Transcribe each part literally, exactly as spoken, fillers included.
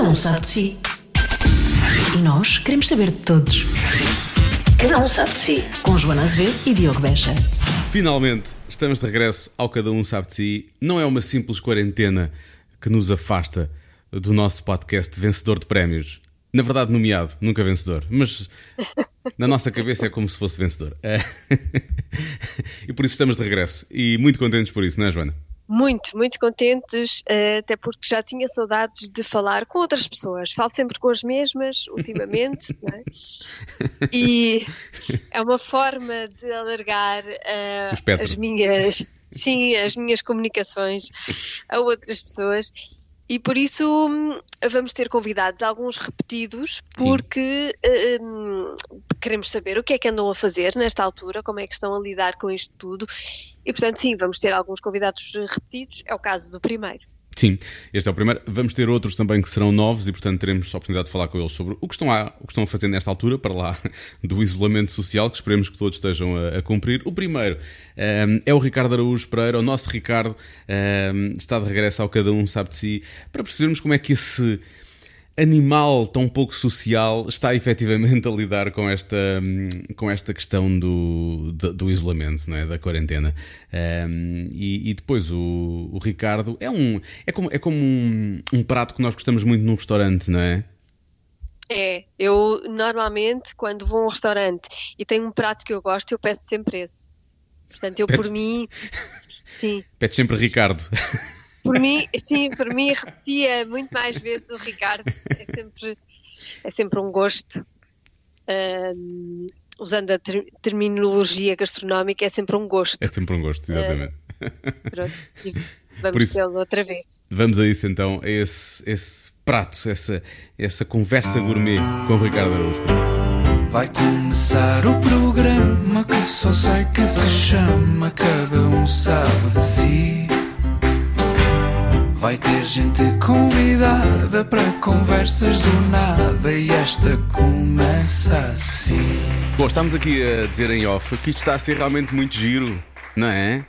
um sabe de si. E nós queremos saber de todos. Cada um sabe de si. Com Joana Azevedo e Diogo Beja. Finalmente, estamos de regresso ao Cada Um Sabe de Si. Não é uma simples quarentena que nos afasta do nosso podcast vencedor de prémios. Na verdade, nomeado, nunca vencedor. Mas na nossa cabeça é como se fosse vencedor. E por isso estamos de regresso. E muito contentes por isso, não é, Joana? Muito, muito contentes, até porque já tinha saudades de falar com outras pessoas. Falo sempre com as mesmas, ultimamente, não é? E é uma forma de alargar uh, as minhas, sim, as minhas comunicações a outras pessoas. E por isso vamos ter convidados, alguns repetidos, porque um, queremos saber o que é que andam a fazer nesta altura, como é que estão a lidar com isto tudo. E, portanto, sim, vamos ter alguns convidados repetidos. É o caso do primeiro. Sim, este é o primeiro. Vamos ter outros também que serão novos e, portanto, teremos a oportunidade de falar com eles sobre o que estão a, o que estão a fazer nesta altura, para lá do isolamento social, que esperemos que todos estejam a, a cumprir. O primeiro um, é o Ricardo Araújo Pereira, o nosso Ricardo, um, está de regresso ao Cada Um Sabe de Si, para percebermos como é que esse animal tão pouco social está efetivamente a lidar com esta, com esta questão do, do, do isolamento, não é? Da quarentena. Um, e, e depois o, o Ricardo é, um, é como, é como um, um prato que nós gostamos muito num restaurante, não é? É, eu normalmente quando vou a um restaurante e tenho um prato que eu gosto, eu peço sempre esse. Portanto, eu Pede... por mim, sim. Pede sempre Ricardo. Por mim, sim, por mim repetia muito mais vezes o Ricardo. É sempre, é sempre um gosto. Um, usando a ter- terminologia gastronómica, é sempre um gosto. É sempre um gosto, exatamente. Uh, pronto, e vamos tê-lo outra vez. Vamos a isso então, a esse, esse prato, essa, essa conversa gourmet com o Ricardo Araújo. Vai começar o programa que só sei que se chama Cada Um Sabe de Si. Vai ter gente convidada para conversas do nada e esta começa assim. Bom, estamos aqui a dizer em off que isto está a ser realmente muito giro, não é?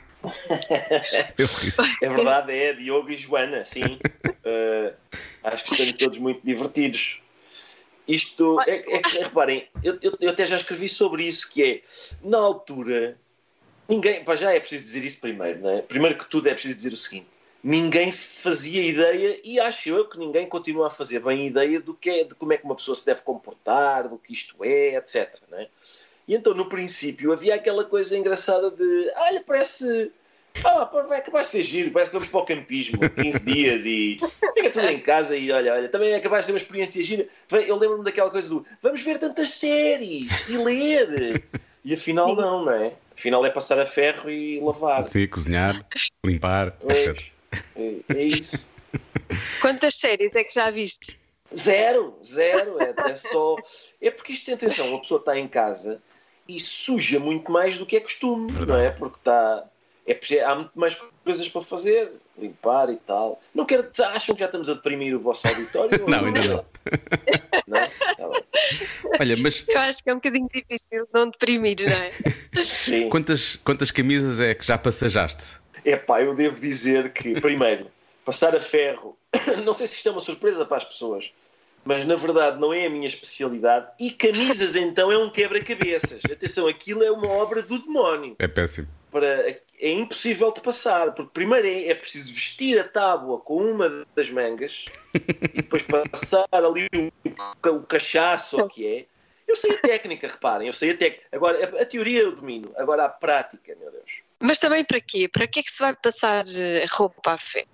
Eu é verdade, é Diogo e Joana, sim. Uh, acho que estamos todos muito divertidos. Isto, é, é que, reparem, eu, eu, eu até já escrevi sobre isso, que é, na altura, ninguém, pá, já é preciso dizer isso primeiro, não é? Primeiro que tudo é preciso dizer o seguinte. Ninguém fazia ideia, e acho eu que ninguém continua a fazer bem ideia do que é, de como é que uma pessoa se deve comportar, do que isto é, etcétera. Não é? E então, no princípio, havia aquela coisa engraçada de, olha, parece, ah, vai acabar de ser giro, parece que vamos para o campismo, quinze dias e fica tudo em casa e olha, olha, também é capaz de ser uma experiência gira. Eu lembro-me daquela coisa do, vamos ver tantas séries e ler. E afinal não, não é? Afinal é passar a ferro e lavar. Sim, cozinhar, limpar, etcétera. É, é isso. Quantas séries é que já viste? Zero, zero. É, é só. É porque isto tem atenção, uma pessoa está em casa e suja muito mais do que é costume, verdade. Não é? Porque está. É, há muito mais coisas para fazer, limpar e tal. Não quero. Acham que já estamos a deprimir o vosso auditório? Não, ainda não. Não? Tá bem. Olha, mas. Eu acho que é um bocadinho difícil não deprimir, não é? Sim. Quantas, quantas camisas é que já passajaste? É pá, eu devo dizer que, primeiro, passar a ferro, não sei se isto é uma surpresa para as pessoas, mas na verdade não é a minha especialidade. E camisas então é um quebra-cabeças. Atenção, aquilo é uma obra do demónio. É péssimo. Para, é impossível de passar, porque primeiro é, é preciso vestir a tábua com uma das mangas e depois passar ali o, o cachaço, ou o que é. Eu sei a técnica, reparem, eu sei a técnica. Agora, a, a teoria eu domino, agora a prática, meu Deus. Mas também para quê? Para que é que se vai passar roupa a ferro?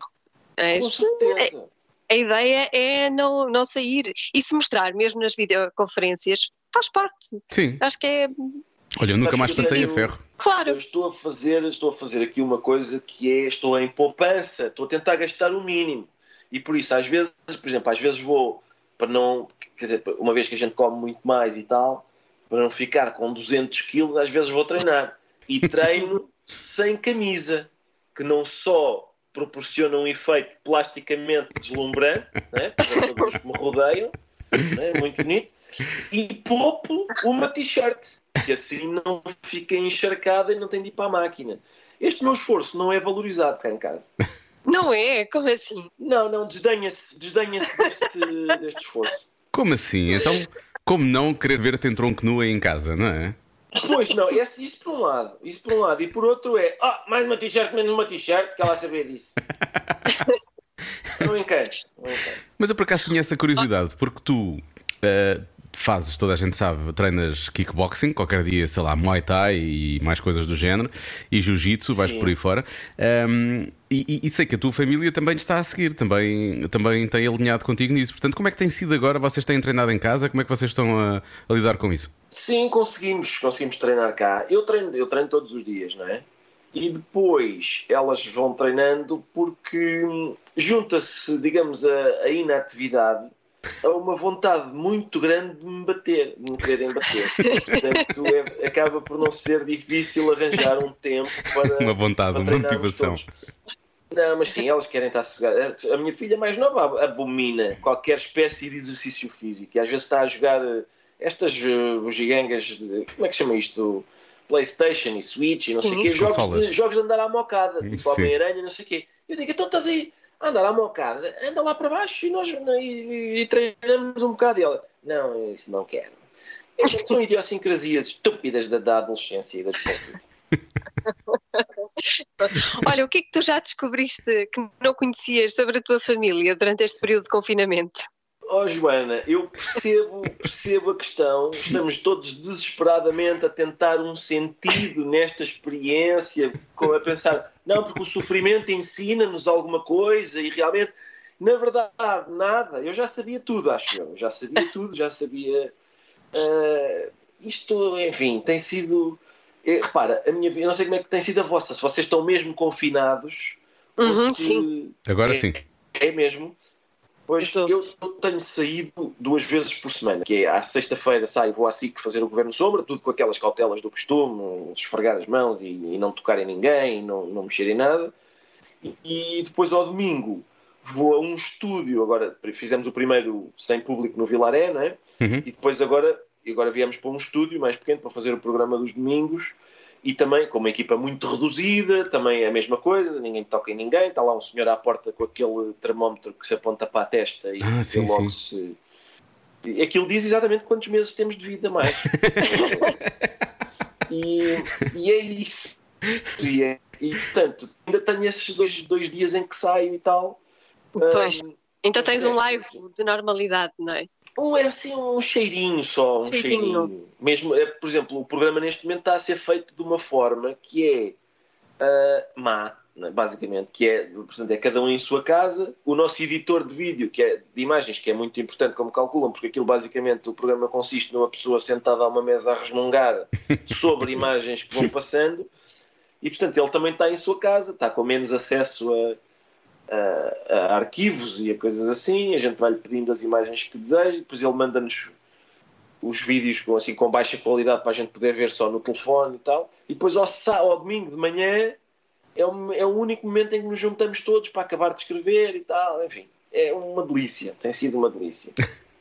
É, Com certeza. A, a ideia é não, não sair. E se mostrar, mesmo nas videoconferências, faz parte. Sim. Acho que é... Olha, eu nunca Sabes mais passei eu, a ferro. Claro. Eu estou a fazer, estou a fazer aqui uma coisa que é, estou em poupança, estou a tentar gastar o mínimo. E por isso, às vezes, por exemplo, às vezes vou, para não, quer dizer, uma vez que a gente come muito mais e tal, para não ficar com duzentos quilos, às vezes vou treinar. E treino sem camisa, que não só proporciona um efeito plasticamente deslumbrante, né, para todos que me rodeiam, né, muito bonito, e poupo uma t-shirt, que assim não fica encharcada e não tem de ir para a máquina. Este meu esforço não é valorizado cá em casa. Não é? Como assim? Não, não, desdenha-se desdenha-se deste, deste esforço. Como assim? Então, como não querer ver-te em tronco nu aí em casa, não é? Pois não, esse, isso por um lado, isso por um lado, e por outro é, ah, mais uma t-shirt, menos uma t-shirt, que ela sabia disso. Não encanto, não encanto. Mas eu por acaso tinha essa curiosidade, porque tu uh, fazes, toda a gente sabe, treinas kickboxing, qualquer dia, sei lá, Muay Thai e mais coisas do género, e Jiu-Jitsu, vais Sim. por aí fora. Um, e, e sei que a tua família também te está a seguir, também, também tem alinhado contigo nisso. Portanto, como é que tem sido agora? Vocês têm treinado em casa? Como é que vocês estão a, a lidar com isso? Sim, conseguimos, conseguimos treinar cá. Eu treino, eu treino todos os dias, não é? E depois elas vão treinando porque hum, junta-se, digamos, a, a inatividade a uma vontade muito grande de me bater, de me quererem bater. Portanto, é, acaba por não ser difícil arranjar um tempo para. Uma vontade, para uma treinarmos motivação. todos. Não, mas sim, elas querem estar sossegadas. A minha filha mais nova abomina qualquer espécie de exercício físico e às vezes está a jogar estas uh, gigangas, de, como é que chama isto? PlayStation e Switch e não sei o quê, jogos de, jogos de andar à mocada, tipo Homem-Aranha, não sei o quê. Eu digo, então estás aí a andar à mocada, anda lá para baixo e nós e, e, e treinamos um bocado. E ela, não, isso não quero. Estas são idiosincrasias estúpidas da, da adolescência e da juventude. Olha, o que é que tu já descobriste que não conhecias sobre a tua família durante este período de confinamento? Oh Joana, eu percebo, percebo a questão, estamos todos desesperadamente a tentar um sentido nesta experiência, a pensar, não, porque o sofrimento ensina-nos alguma coisa e realmente, na verdade, nada, eu já sabia tudo, acho eu, já sabia tudo, já sabia, uh, isto, enfim, tem sido, é, repara, a minha vida, eu não sei como é que tem sido a vossa, se vocês estão mesmo confinados, uhum, se, sim. Agora é, sim. É mesmo. Pois eu, eu tenho saído duas vezes por semana, que é à sexta-feira saio, vou à S I C fazer o Governo Sombra, tudo com aquelas cautelas do costume, esfregar as mãos e, e não tocar em ninguém, e não, não mexer em nada. E, e depois ao domingo vou a um estúdio, agora fizemos o primeiro sem público no Vilaré, não é? Uhum. E depois agora, agora viemos para um estúdio mais pequeno para fazer o programa dos domingos. E também com uma equipa muito reduzida, também é a mesma coisa, ninguém toca em ninguém, está lá um senhor à porta com aquele termómetro que se aponta para a testa e ah, sim, logo sim. se... E aquilo diz exatamente quantos meses temos de vida mais. e, e é isso. E, é, e portanto, ainda tenho esses dois, dois dias em que saio e tal. Pois, um, então tens um live de normalidade, não é? Um, é assim um cheirinho só, um cheirinho. cheirinho. Mesmo, é, por exemplo, o programa neste momento está a ser feito de uma forma que é uh, má, né, basicamente, que é, portanto, é cada um em sua casa. O nosso editor de vídeo, que é de imagens, que é muito importante, como calculam, porque aquilo basicamente o programa consiste numa pessoa sentada a uma mesa a resmungar sobre imagens que vão passando, e portanto ele também está em sua casa, está com menos acesso a A, a arquivos e a coisas assim, a gente vai-lhe pedindo as imagens que deseja, depois ele manda-nos os vídeos com, assim, com baixa qualidade para a gente poder ver só no telefone e tal, e depois ao, ao domingo de manhã é, um, é o único momento em que nos juntamos todos para acabar de escrever e tal, enfim, é uma delícia, tem sido uma delícia.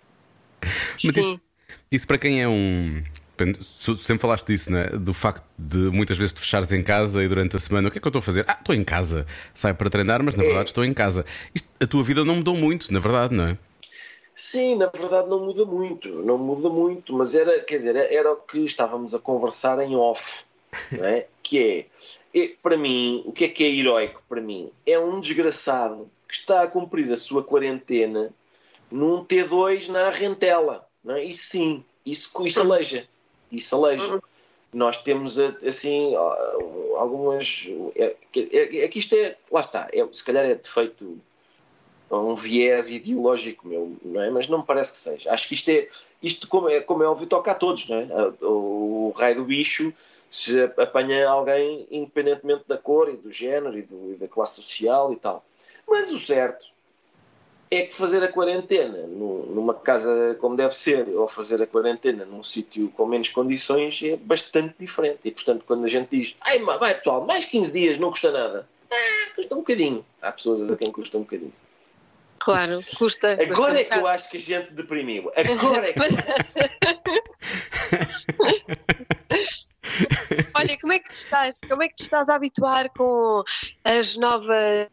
Mas isso, isso para quem é um... Sempre falaste disso, né? Do facto de muitas vezes te fechares em casa e durante a semana, o que é que eu estou a fazer? Ah, estou em casa. Saio para treinar, mas na verdade estou em casa. Isto, a tua vida não mudou muito, na verdade, não é? Sim, na verdade não muda muito, não muda muito, mas era, quer dizer, era o que estávamos a conversar em off, não é? Que é, é, para mim, o que é que é heroico para mim? É um desgraçado que está a cumprir a sua quarentena num T dois na Rentela, não é? Isso sim, isso, isso aleija. Isso aleija. Nós temos, assim, algumas... É, é, é que isto é... Lá está. É, se calhar é defeito... um viés ideológico meu, não é? Mas não me parece que seja. Acho que isto é... Isto, como é, como é óbvio, toca a todos, não é? O, o raio do bicho se apanha alguém independentemente da cor e do género e, do, e da classe social e tal. Mas o certo é que fazer a quarentena numa casa como deve ser, ou fazer a quarentena num sítio com menos condições, é bastante diferente. E, portanto, quando a gente diz, ai, vai pessoal, mais quinze dias não custa nada. Ah, custa um bocadinho. Há pessoas a quem custa um bocadinho. Claro, custa. Agora custa é que eu acho que a gente deprimiu. Agora é que Olha, como é que te estás? Como é que te estás a habituar com as novas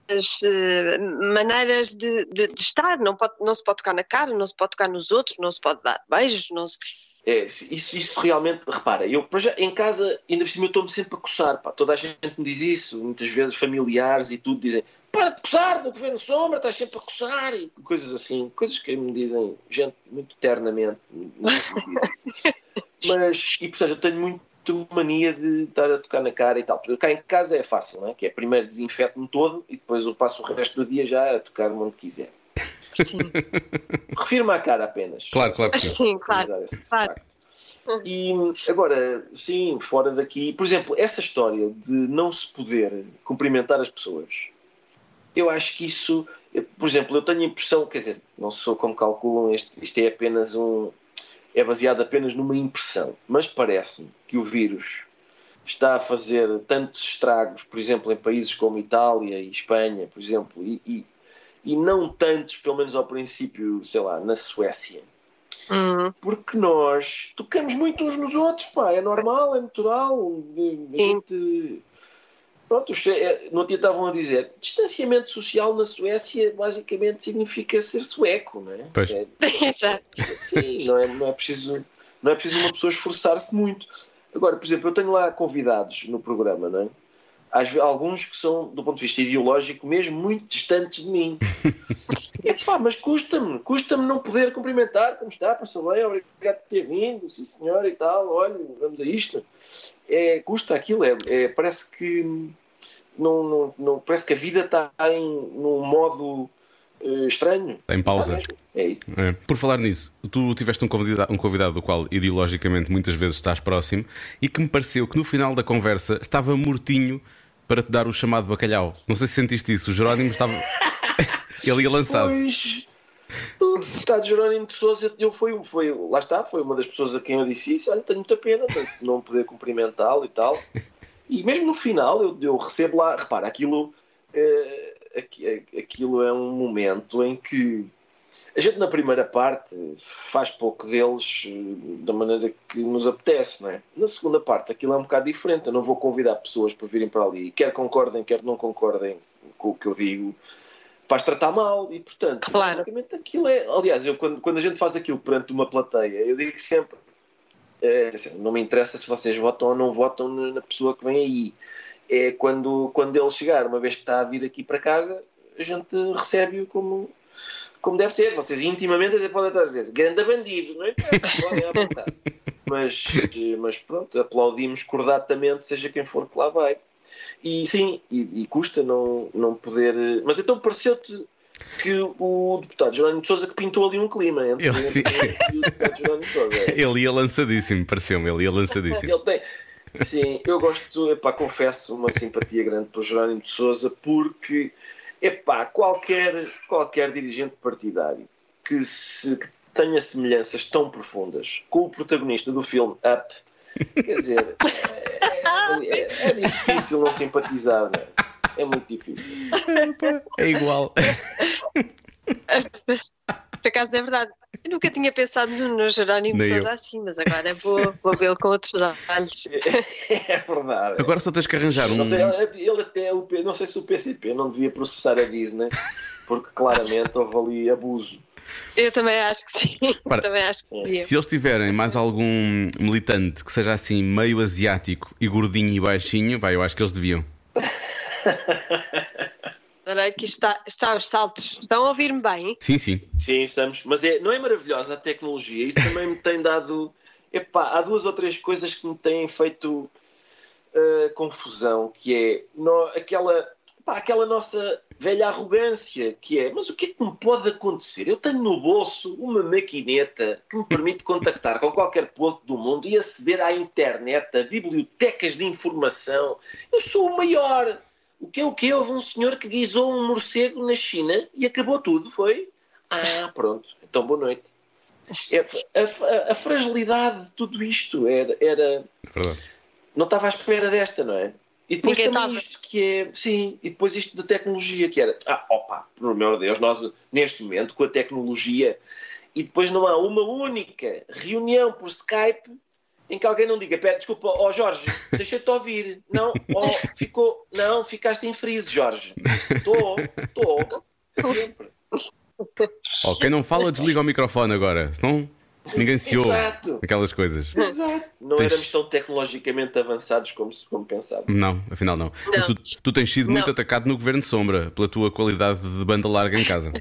uh, maneiras de, de, de estar? Não, pode, não se pode tocar na cara, não se pode tocar nos outros, não se pode dar beijos, não se... É, isso, isso realmente, repara, eu já, em casa, ainda por cima, eu estou-me sempre a coçar, pá, toda a gente me diz isso, muitas vezes familiares e tudo dizem, para de coçar, no governo sombra, estás sempre a coçar, e coisas assim, coisas que me dizem, gente, muito ternamente, me dizem isso. Mas, e portanto, eu tenho muito mania de estar a tocar na cara e tal, porque cá em casa é fácil, não é? Que é primeiro desinfeto-me todo e depois eu passo o resto do dia já a tocar onde quiser. Sim. Refiro-me à cara apenas. Claro, claro que sim. Sim, claro. claro. E agora, sim, fora daqui, por exemplo, essa história de não se poder cumprimentar as pessoas, eu acho que isso, por exemplo, eu tenho a impressão, quer dizer, não sou como calculam, isto, isto é apenas um, é baseado apenas numa impressão, mas parece-me que o vírus está a fazer tantos estragos, por exemplo, em países como Itália e Espanha, por exemplo, e, e e não tantos, pelo menos ao princípio, sei lá, na Suécia. Uhum. Porque nós tocamos muito uns nos outros, pá, é normal, é natural. A gente... Pronto, no outro dia estavam a dizer, distanciamento social na Suécia basicamente significa ser sueco, não é? Pois. É, Exato. sim, não é, não é preciso, não é preciso uma pessoa esforçar-se muito. Agora, por exemplo, eu tenho lá convidados no programa, não é? Alguns que são, do ponto de vista ideológico, mesmo muito distantes de mim. Epá, mas custa-me, custa-me não poder cumprimentar, como está, passou bem, obrigado por ter vindo, sim senhor e tal, olha, vamos a isto. É, custa aquilo, é, é, parece que não, não, não, parece que a vida está em num modo uh, estranho. Em pausa. É isso. É. Por falar nisso, tu tiveste um convidado, um convidado do qual ideologicamente muitas vezes estás próximo e que me pareceu que no final da conversa estava mortinho para te dar o chamado bacalhau. Não sei se sentiste isso. O Jerónimo estava... Ele ia lançado. Pois, o deputado Jerónimo de Sousa, eu foi, foi, lá está, foi uma das pessoas a quem eu disse isso. Olha, tenho muita pena de não poder cumprimentá-lo e tal. E mesmo no final, eu, eu recebo lá... Repara, aquilo, é, aquilo é um momento em que a gente na primeira parte faz pouco deles da maneira que nos apetece, não é? Na segunda parte aquilo é um bocado diferente. Eu não vou convidar pessoas para virem para ali, quer concordem, quer não concordem com o que eu digo, para as tratar mal. E portanto, claro. basicamente aquilo é... Aliás, eu, quando, quando a gente faz aquilo perante uma plateia, eu digo sempre, é, assim, não me interessa se vocês votam ou não votam na pessoa que vem aí. É quando, quando ele chegar, uma vez que está a vir aqui para casa, a gente recebe-o como... como deve ser, vocês intimamente até podem estar a dizer grande bandidos, não interessa, podem à vontade. Mas, mas pronto, aplaudimos cordatamente, seja quem for que lá vai. E sim, e, e custa não, não poder. Mas então pareceu-te que o deputado Jerónimo de Sousa que pintou ali um clima entre, ele, entre e o deputado Jerónimo de Sousa. Ele ia lançadíssimo, pareceu-me, ele ia lançadíssimo. Ele tem. Sim, eu gosto, epá, confesso, uma simpatia grande para o Jerónimo de Sousa, porque epá, qualquer, qualquer dirigente partidário que, se, que tenha semelhanças tão profundas com o protagonista do filme Up, quer dizer, é, é, é difícil não simpatizar, não é? É muito difícil. É igual. Por acaso é verdade. Eu nunca tinha pensado no, no Jerónimo de Sousa assim, mas agora vou, vou vê-lo com outros olhos. É verdade. Agora só tens que arranjar um. Não sei, ele até, não sei se o P C P não devia processar a Disney, porque claramente houve ali abuso. Eu também acho que sim. Para, também acho que sim. Se eles tiverem mais algum militante que seja assim meio asiático e gordinho e baixinho, vai, eu acho que eles deviam. Olha, aqui está, está os saltos. Estão a ouvir-me bem? Sim, sim. Sim, estamos. Mas é, não é maravilhosa a tecnologia? Isso também me tem dado... Epá, há duas ou três coisas que me têm feito uh, confusão, que é no, aquela, epá, aquela nossa velha arrogância, que é, mas o que é que me pode acontecer? Eu tenho no bolso uma maquineta que me permite contactar com qualquer ponto do mundo e aceder à internet, a bibliotecas de informação. Eu sou o maior... O que é o que? Houve um senhor que guisou um morcego na China e acabou tudo, foi? Ah, pronto. Então, boa noite. É, a, a, a fragilidade de tudo isto era... era não estava à espera desta, não é? E depois Ninguém também estava. isto que é... Sim, e depois isto da tecnologia, que era... Ah, opa, por meu Deus, nós neste momento, com a tecnologia... E depois não há uma única reunião por Skype em que alguém não diga, pera, desculpa, ó oh, Jorge, deixa-te ouvir. Não, oh, ficou, não, ficaste em freeze, Jorge. Estou, estou, sempre. Oh, quem não fala, desliga o microfone agora, senão ninguém se ouve. Exato. Aquelas coisas. Exato. Não Tens... éramos tão tecnologicamente avançados como, como pensávamos. Não, afinal não. não. Mas tu, tu tens sido não. muito atacado no Governo Sombra pela tua qualidade de banda larga em casa.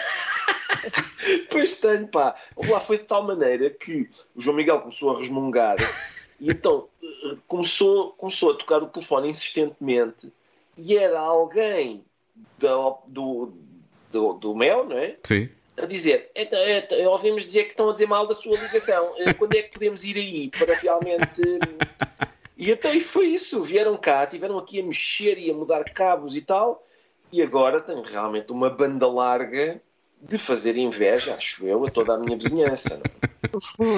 Pois tenho, pá. Lá foi de tal maneira que o João Miguel começou a resmungar e então começou, começou a tocar o telefone insistentemente e era alguém do, do, do, do Mel, não é? Sim. A dizer, então, então, ouvimos dizer que estão a dizer mal da sua ligação. Quando é que podemos ir aí para realmente... E até foi isso. Vieram cá, tiveram aqui a mexer e a mudar cabos e tal e agora tenho realmente uma banda larga de fazer inveja, acho eu, a toda a minha vizinhança. Não?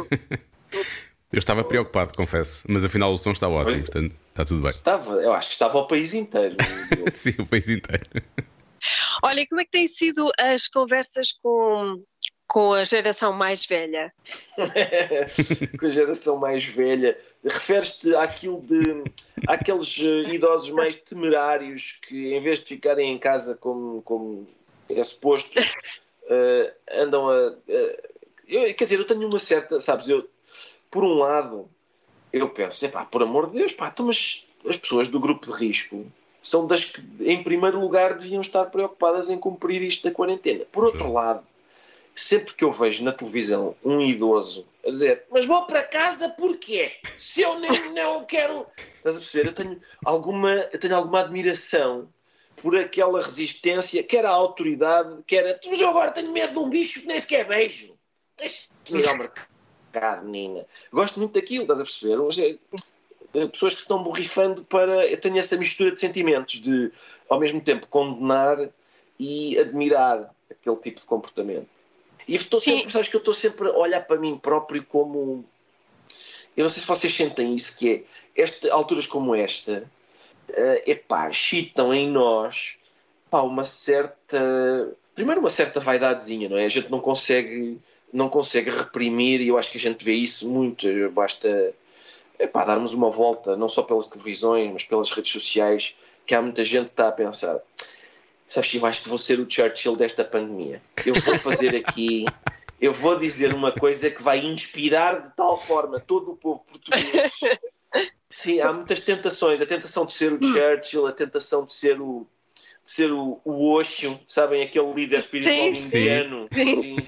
Eu estava preocupado, confesso, mas afinal o som está ótimo, Pois, portanto está tudo bem. estava, eu acho que estava ao país inteiro. Sim, o país inteiro. Olha, e como é que têm sido as conversas com, com a geração mais velha? Com a geração mais velha. Referes-te àquilo de, àqueles idosos mais temerários que, em vez de ficarem em casa como, como é suposto, uh, andam a... Uh, eu, quer dizer, eu tenho uma certa... Sabes, eu, por um lado, eu penso, epá, por amor de Deus, pá, então, mas as pessoas do grupo de risco são das que, em primeiro lugar, deviam estar preocupadas em cumprir isto da quarentena. Por outro Sim. lado, sempre que eu vejo na televisão um idoso a dizer, mas vou para casa porquê? Se eu nem não quero... Estás a perceber? Eu tenho alguma, eu tenho alguma admiração por aquela resistência, quer à autoridade, quer a... Mas eu agora tenho medo de um bicho que nem sequer beijo. Deixa-me ir ao mercado, menina. Gosto muito daquilo, estás a perceber? Pessoas que se estão borrifando para... Eu tenho essa mistura de sentimentos de, ao mesmo tempo, condenar e admirar aquele tipo de comportamento. E estou sempre, sabes que eu estou sempre a olhar para mim próprio como... Eu não sei se vocês sentem isso, que é, esta, alturas como esta, uh, epá, chitam em nós, pá, uma certa... Primeiro uma certa vaidadezinha, não é? A gente não consegue, não consegue reprimir, e eu acho que a gente vê isso muito, basta... Epá, darmos uma volta, não só pelas televisões, mas pelas redes sociais, que há muita gente que está a pensar, sabes, eu acho que vou ser o Churchill desta pandemia. Eu vou fazer aqui, eu vou dizer uma coisa que vai inspirar de tal forma todo o povo português. Sim, há muitas tentações, a tentação de ser o Churchill, a tentação de ser o, de ser o, o Osho, sabem, aquele líder espiritual sim, indiano. Sim, sim,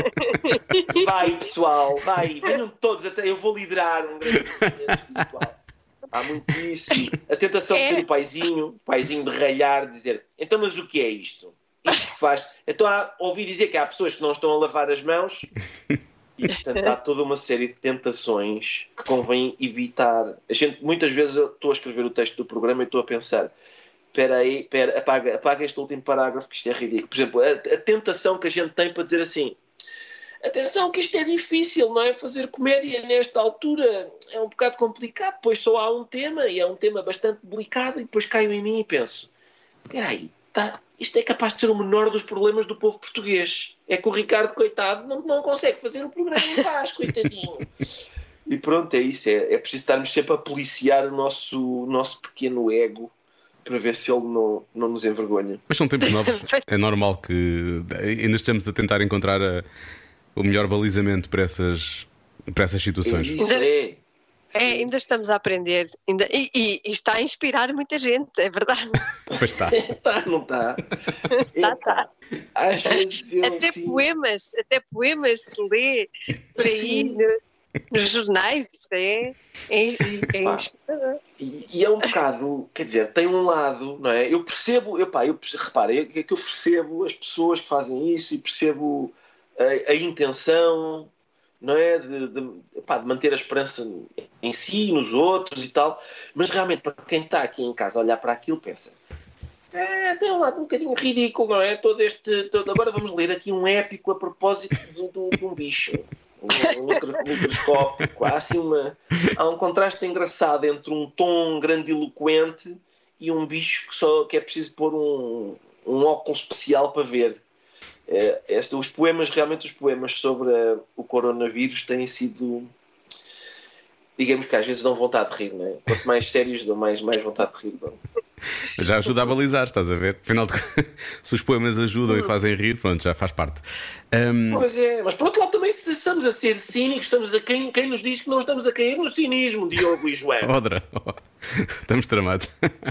sim. Vai, pessoal, vai, venham todos, até eu vou liderar um grande movimento espiritual. Há muito isso. A tentação é. de ser o paizinho, o paizinho de ralhar, de dizer, então, mas o que é isto? Isto que faz? Então, há, ouvi dizer que há pessoas que não estão a lavar as mãos e, portanto, há toda uma série de tentações que convém evitar. A gente, muitas vezes, eu estou a escrever o texto do programa e estou a pensar, espera aí, espera, apaga, apaga este último parágrafo, que isto é ridículo. Por exemplo, a, a tentação que a gente tem para dizer assim, atenção que isto é difícil, não é? Fazer comédia nesta altura é um bocado complicado, depois só há um tema, e é um tema bastante delicado, e depois caio em mim e penso, espera aí, tá, isto é capaz de ser o menor dos problemas do povo português. É que o Ricardo, coitado, não, não consegue fazer o programa em paz, coitadinho. E pronto, é isso, é, é preciso estarmos sempre a policiar o nosso, o nosso pequeno ego para ver se ele não, não nos envergonha. Mas são tempos novos, é normal que ainda estamos a tentar encontrar a... o melhor balizamento para essas, para essas situações. É isso, é. É, ainda estamos a aprender ainda, e, e, e está a inspirar muita gente, é verdade. Pois está. Está, não está? Está, está. Às vezes eu, até sim. poemas, até poemas se lê por aí no, nos jornais, isto é, é, sim, é inspirador. E, e é um bocado, quer dizer, tem um lado, não é? Eu percebo, eu, pá, eu, repara, é que eu percebo as pessoas que fazem isso e percebo a, a intenção, não é? De, de, pá, de manter a esperança em si, nos outros e tal, mas realmente para quem está aqui em casa a olhar para aquilo pensa, é, tem um lado um bocadinho ridículo, não é? Todo este, todo... Agora vamos ler aqui um épico a propósito de, de, de um bicho, um, um microscópico. Há, assim uma, há um contraste engraçado entre um tom grandiloquente e um bicho que, só, que é preciso pôr um, um óculos especial para ver. É, este, os poemas, realmente os poemas sobre a, o coronavírus têm sido digamos que às vezes dão vontade de rir, não é? Quanto mais sérios, dão mais, mais vontade de rir. Não? Já ajuda a balizar, estás a ver? Afinal, de... se os poemas ajudam e fazem rir, pronto, já faz parte. Um... Pois é, mas por outro lado também se estamos a ser cínicos, estamos a quem, quem nos diz que não estamos a cair no cinismo, Diogo e Joana. Odra, oh, estamos tramados.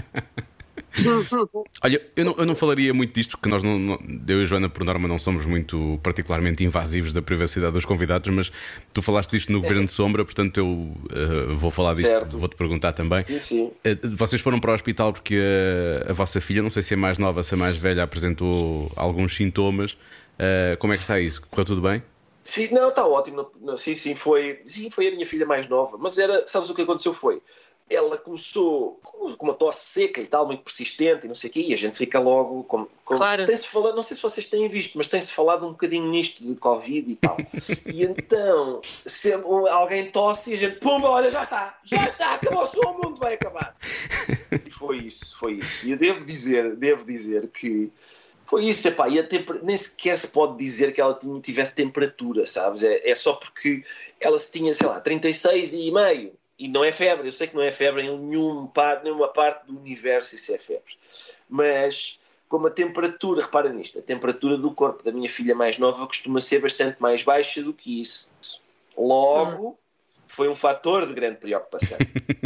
Olha, eu não, eu não falaria muito disto porque nós, não, não, eu e a Joana, por norma, não somos muito particularmente invasivos da privacidade dos convidados, mas tu falaste disto no Governo de Sombra, portanto eu uh, vou falar disto, certo. Vou-te perguntar também. Sim, sim. Uh, vocês foram para o hospital porque a, a vossa filha, não sei se é mais nova, se é mais velha, apresentou alguns sintomas. Uh, como é que está isso? Correu tudo bem? Sim, não, está ótimo. Não, sim, sim, foi, sim, foi a minha filha mais nova, mas era, sabes o que aconteceu foi? Ela começou com uma tosse seca e tal, muito persistente e não sei o quê, e a gente fica logo... Com, com, claro. Tem-se falado, não sei se vocês têm visto, mas tem-se falado um bocadinho nisto de Covid e tal. E então, sempre alguém tosse e a gente, pumba, olha, já está, já está, acabou-se, o mundo vai acabar. E foi isso, foi isso. E eu devo dizer, devo dizer que foi isso, epá, e a temper... nem sequer se pode dizer que ela tinha, tivesse temperatura, sabes? É, é só porque ela se tinha, sei lá, trinta e seis e meio. E não é febre, eu sei que não é febre em nenhum parte, nenhuma parte do universo isso é febre. Mas, como a temperatura, repara nisto, a temperatura do corpo da minha filha mais nova costuma ser bastante mais baixa do que isso. Logo, foi um fator de grande preocupação.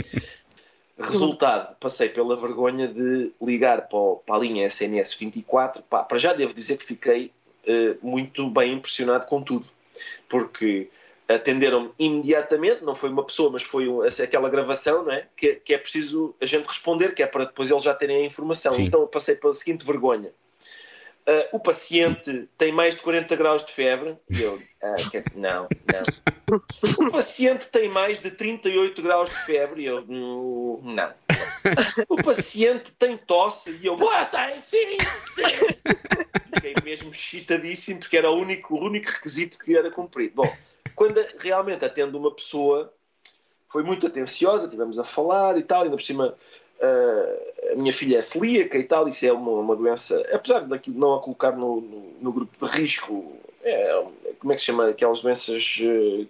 Resultado, passei pela vergonha de ligar para, o, para a linha S N S vinte e quatro. Pá, para já devo dizer que fiquei uh, muito bem impressionado com tudo. Porque... atenderam-me imediatamente, não foi uma pessoa, mas foi um, aquela gravação, não é? Que, que é preciso a gente responder, que é para depois eles já terem a informação. Sim. Então eu passei pela seguinte vergonha. Uh, o paciente tem mais de quarenta graus de febre? E eu, ah, não, não. O paciente tem mais de trinta e oito graus de febre? E eu, não, não. O paciente tem tosse? E eu, boa, tem, sim, sim. Fiquei mesmo excitadíssimo, porque era o único, o único requisito que era cumprido. Bom, quando realmente atendo uma pessoa, foi muito atenciosa, estivemos a falar e tal, ainda por cima uh, a minha filha é celíaca e tal, isso é uma, uma doença, apesar de não a colocar no, no, no grupo de risco, é, como é que se chama, aquelas doenças uh,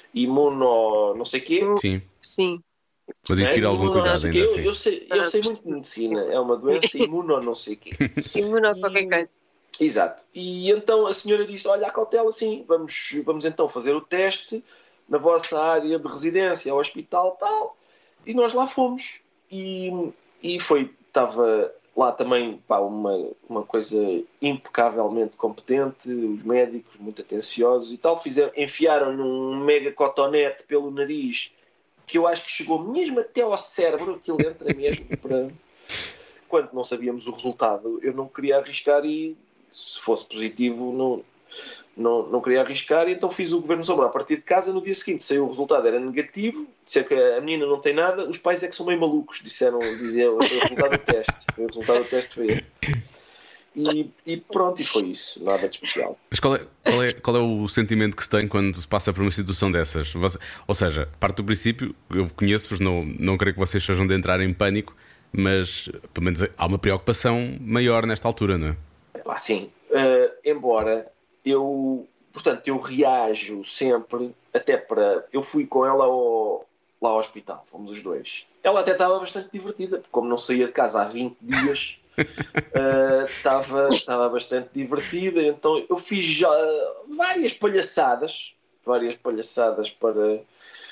imuno, não sei o quê. Sim. Sim. Mas inspira é, algum cuidado ainda eu, assim. eu, sei, eu sei muito de medicina, é uma doença imuno não sei o quê. Imuno qualquer coisa. Exato. E então a senhora disse, olha, a cautela, sim, vamos, vamos então fazer o teste na vossa área de residência, ao hospital, tal. E nós lá fomos. E, e foi, estava lá também, pá, uma, uma coisa impecavelmente competente, os médicos muito atenciosos e tal. Fizeram, enfiaram-lhe um mega cotonete pelo nariz, que eu acho que chegou mesmo até ao cérebro, aquilo entra mesmo para... Quando não sabíamos o resultado, eu não queria arriscar e... se fosse positivo não, não, não queria arriscar, e então fiz o Governo Sombra a partir de casa. No dia seguinte saiu o resultado, era negativo, disseram que a menina não tem nada, os pais é que são meio malucos, disseram, diziam, o resultado do teste, o resultado do teste foi esse. E, e pronto, e foi isso, nada de especial. Mas qual é, qual, é, qual é o sentimento que se tem quando se passa por uma situação dessas? Você, ou seja, parte do princípio, eu conheço-vos, não, não creio que vocês sejam de entrar em pânico, mas pelo menos há uma preocupação maior nesta altura, não é? Ah, sim, uh, embora eu, portanto, eu reajo sempre, até para, eu fui com ela ao, lá ao hospital, fomos os dois. Ela até estava bastante divertida, porque como não saía de casa há vinte dias, uh, estava, estava bastante divertida, então eu fiz já várias palhaçadas, várias palhaçadas para...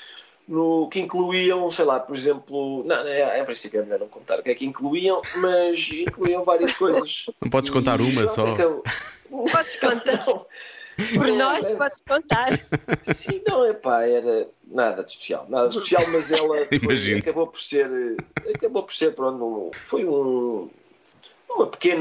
No, que incluíam, sei lá, por exemplo, não, é, em princípio é melhor não contar o que é que incluíam, mas incluíam várias coisas. Não podes contar uma só. Acabou... Podes contar. Não. Por nós, podes contar. Sim, não, é pá, era nada de especial, nada de especial, mas ela foi, acabou por ser, acabou por ser, pronto, foi um, uma pequena,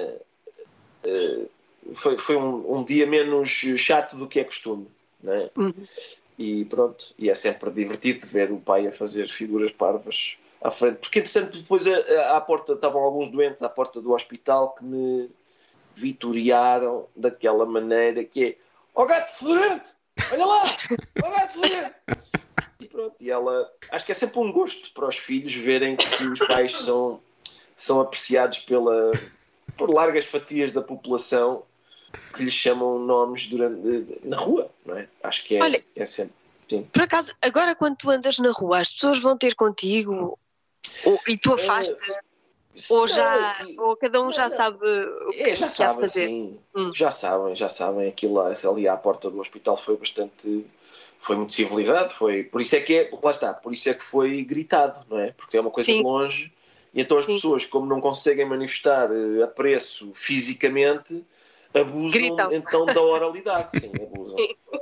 foi, foi um, um dia menos chato do que é costume, não é? Uhum. E pronto, e é sempre divertido ver o pai a fazer figuras parvas à frente, porque entretanto depois a, a, à porta estavam alguns doentes à porta do hospital que me vitoriaram daquela maneira que é: ó gato fedorento, olha lá, ó gato fedorento. E pronto, e ela, acho que é sempre um gosto para os filhos verem que os pais são, são apreciados pela, por largas fatias da população que lhes chamam nomes durante, na rua, não é? Acho que é, Olha, é sempre. sim. Por acaso, agora quando tu andas na rua, as pessoas vão ter contigo ou, e tu afastas? Uh, ou já, não, ou cada um já não, sabe o que, é, já que há de sabem, fazer? sim. Hum. Já sabem, já sabem. Aquilo lá, ali à porta do hospital foi bastante... Foi muito civilizado, foi... Por isso é que é... Lá está, por isso é que foi gritado, não é? Porque é uma coisa Sim. de longe. E então as Sim. pessoas, como não conseguem manifestar uh, apreço fisicamente, abusam Gritam. então da oralidade. Sim, abusam.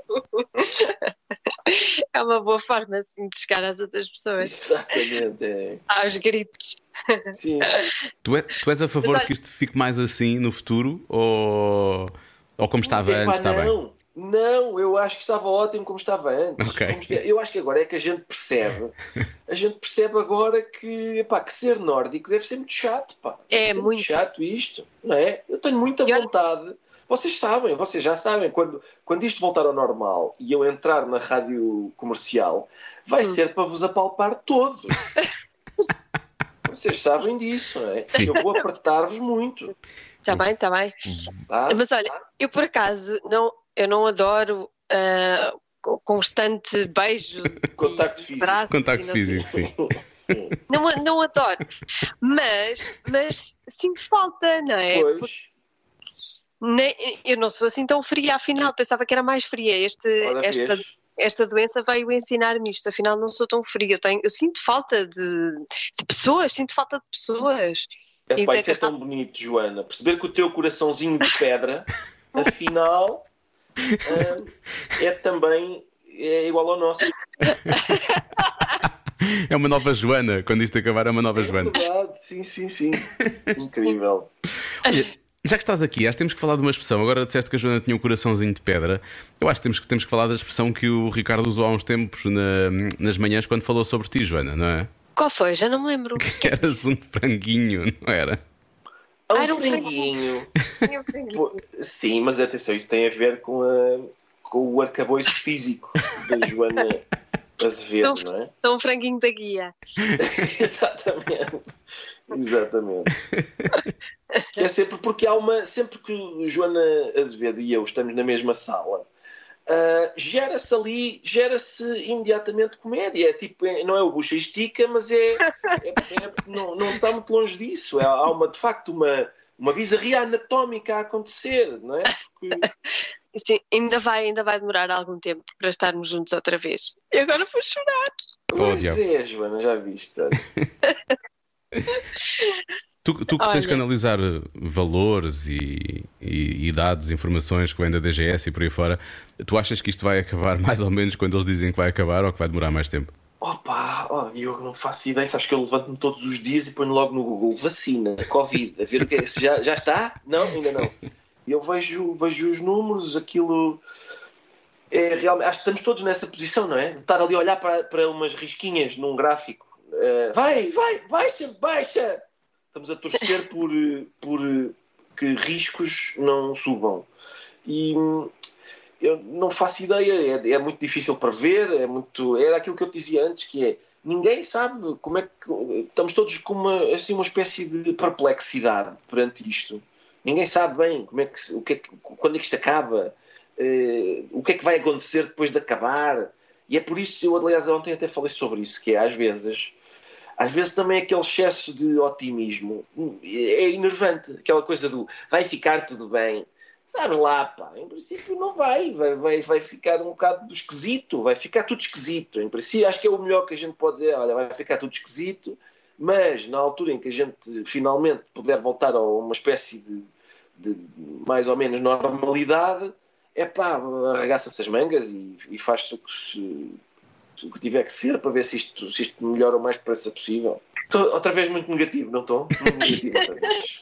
É uma boa forma assim de chegar às outras pessoas, Exatamente, é. aos gritos. Sim. Tu, é, tu és a favor Mas olha- que isto fique mais assim no futuro? Ou, ou como estava Epá, antes, está bem? não, não, eu acho que estava ótimo como estava antes. Ok. Vamos ter- Eu acho que agora é que a gente percebe, a gente percebe agora que, epá, que ser nórdico deve ser muito chato, pá. Deve É ser muito. chato isto, não é? Eu tenho muita E olha- vontade. Vocês sabem, vocês já sabem, quando, quando isto voltar ao normal e eu entrar na rádio comercial, vai Hum. ser para vos apalpar todos. Vocês sabem disso, não é? Sim. Eu vou apertar-vos muito. Está bem, está bem. Tá? Mas olha, eu por acaso não, eu não adoro ah, co- constante beijos Contacto e físico. abraços Contacto e não sei- físico, sim. Sim. Não, não adoro, mas, mas sinto falta, não é? Porque Pois, nem- eu não sou assim tão fria, afinal, pensava que era mais fria. Este, ora esta, vês. esta doença veio ensinar-me isto, afinal não sou tão fria. Eu, tenho, eu sinto falta de, de pessoas, sinto falta de pessoas. E Epá, tem isso é que- tão bonito, Joana. Perceber que o teu coraçãozinho de pedra, afinal, hum, é também é igual ao nosso. É uma nova Joana. Quando isto acabar, é uma nova É Joana. verdade, sim, sim, sim. Incrível. Olha, já que estás aqui, acho que temos que falar de uma expressão. Agora disseste que a Joana tinha um coraçãozinho de pedra. Eu acho que temos que, temos que falar da expressão que o Ricardo usou há uns tempos na- nas manhãs quando falou sobre ti, Joana, não é? Qual foi? Já não me lembro. Que eras um franguinho, não era? Há Ah, era um um franguinho. Tinha um franguinho. Pô, sim, mas atenção, isso tem a ver com, a, com o arcabouço físico da Joana Azevedo, Não, não é? Sou um franguinho da guia. Exatamente. Exatamente. Que é sempre porque há uma. Sempre que Joana Azevedo e eu estamos na mesma sala, uh, gera-se ali, gera-se imediatamente comédia. É tipo, é- não é o bucha e estica, mas é. é- é- não, não está muito longe disso. É- há uma, de facto uma, uma bizarria anatómica a acontecer, não é? Porque. Sim, ainda vai, ainda vai demorar algum tempo para estarmos juntos outra vez. E agora vou chorar. Pois diabo. é, Joana, já viste. Tu, tu que tens Olha. que analisar eh, valores e, e, e dados, informações que vêm da D G S e por aí fora, tu achas que isto vai acabar mais ou menos quando eles dizem que vai acabar ou que vai demorar mais tempo? Opa, oh, Diogo, não faço ideia. Sabes que eu levanto-me todos os dias e ponho logo no Google vacina, Covid, a ver o que é. Se já, já está? Não, ainda não. E eu vejo, vejo os números, aquilo. É, realmente, acho que estamos todos nessa posição, não é? De estar ali a olhar para, para umas risquinhas num gráfico. Eh, vai, vai, baixa, baixa! Estamos a torcer por, por que riscos não subam. E hum, eu não faço ideia, é, é muito difícil prever, é muito, era aquilo que eu te dizia antes, que é, ninguém sabe como é que, estamos todos com uma, assim, uma espécie de perplexidade perante isto. Ninguém sabe bem como é que, se- o que é que- quando é que isto acaba, eh, o que é que vai acontecer depois de acabar. E é por isso, eu aliás ontem até falei sobre isso, que é às vezes... Às vezes também aquele excesso de otimismo é enervante. Aquela coisa do vai ficar tudo bem. Sabes lá, pá, em princípio não vai. Vai, vai, vai ficar um bocado do esquisito. Vai ficar tudo esquisito. Em princípio, acho que é o melhor que a gente pode dizer. Olha, vai ficar tudo esquisito. Mas na altura em que a gente finalmente puder voltar a uma espécie de, de mais ou menos normalidade, é pá, arregaça-se as mangas e, e faz-se o que se... o que tiver que ser para ver se isto, se isto melhora o mais depressa possível. Estou outra vez muito negativo, não estou? Muito negativo outra vez.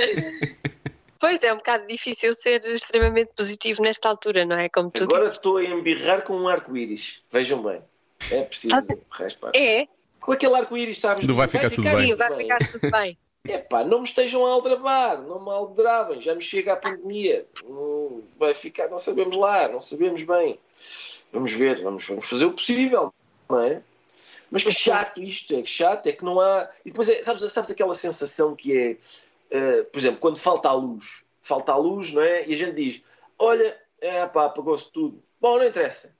Pois é, é um bocado difícil ser extremamente positivo nesta altura, não é? Como tu Agora dizes. estou a embirrar com um arco-íris. Vejam bem. É preciso Estás raspar. É, Com aquele arco-íris, sabes? Do vai ficar tudo bem. sim, vai ficar tudo bem. Epá, não me estejam a aldrabar, não me aldrabem, já me chega a pandemia. Hum, vai ficar, não sabemos lá, não sabemos bem. Vamos ver, vamos, vamos fazer o possível, não é? Mas que chato isto, é que chato, é que não há... E depois, é, sabes, sabes aquela sensação que é, uh, por exemplo, quando falta a luz, falta a luz, não é? E a gente diz, olha, é pá, apagou-se tudo. Bom, não interessa.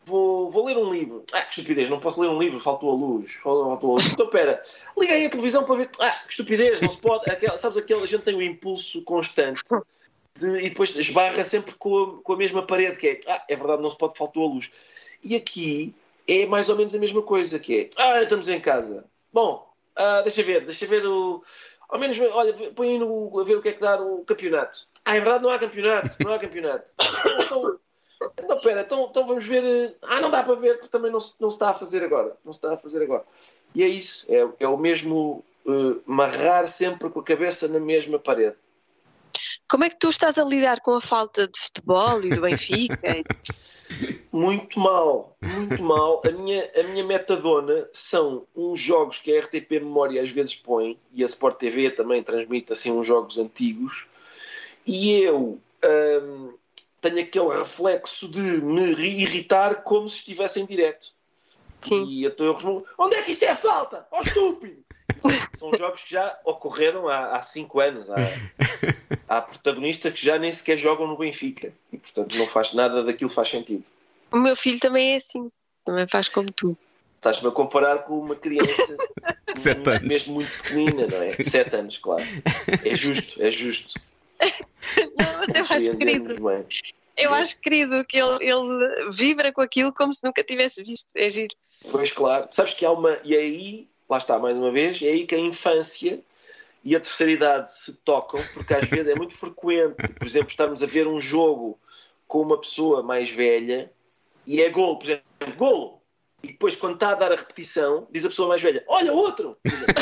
vou, vou ler um livro. Ah, que estupidez, não posso ler um livro, faltou a luz. Faltou a luz. Então, pera, liguei a televisão para ver. Ah, que estupidez, não se pode. Aquela, sabes, aquela, a gente tem o impulso constante de, e depois esbarra sempre com a, com a mesma parede, que é, ah, é verdade, não se pode, faltou a luz. E aqui é mais ou menos a mesma coisa, que é, ah, estamos em casa. Bom, ah, deixa ver, deixa ver o... Ao menos, olha, põe aí no, a ver o que é que dá o campeonato. Ah, é verdade, não há campeonato, não há campeonato. Então, então pera, então, então vamos ver... Ah, não dá para ver, porque também não se, não se está a fazer agora. Não se está a fazer agora. E é isso, é, é o mesmo uh, marrar sempre com a cabeça na mesma parede. Como é que tu estás a lidar com a falta de futebol e do Benfica? Muito mal, muito mal. A minha, a minha metadona são uns jogos que a R T P Memória às vezes põe, e a Sport T V também transmite assim uns jogos antigos, e eu hum, tenho aquele reflexo de me irritar como se estivesse em direto. Sim. E então eu respondo, onde é que isto é falta? Ó, estúpido! São jogos que já ocorreram há, há cinco anos. Há, há protagonistas que já nem sequer jogam no Benfica. E, portanto, não faz nada daquilo faz sentido. O meu filho também é assim. Também faz como tu. Estás-me a comparar com uma criança Sete anos. mesmo muito pequenina, não é? Sete anos, claro. É justo, é justo. Não, mas eu acho querido. Bem. Eu acho querido que ele, ele vibra com aquilo como se nunca tivesse visto. É giro. Pois, claro. Sabes que há uma... E aí... Lá está, mais uma vez, é aí que a infância e a terceira idade se tocam, porque às vezes é muito frequente, por exemplo, estarmos a ver um jogo com uma pessoa mais velha e é golo, por exemplo, golo, e depois quando está a dar a repetição, diz a pessoa mais velha, olha outro!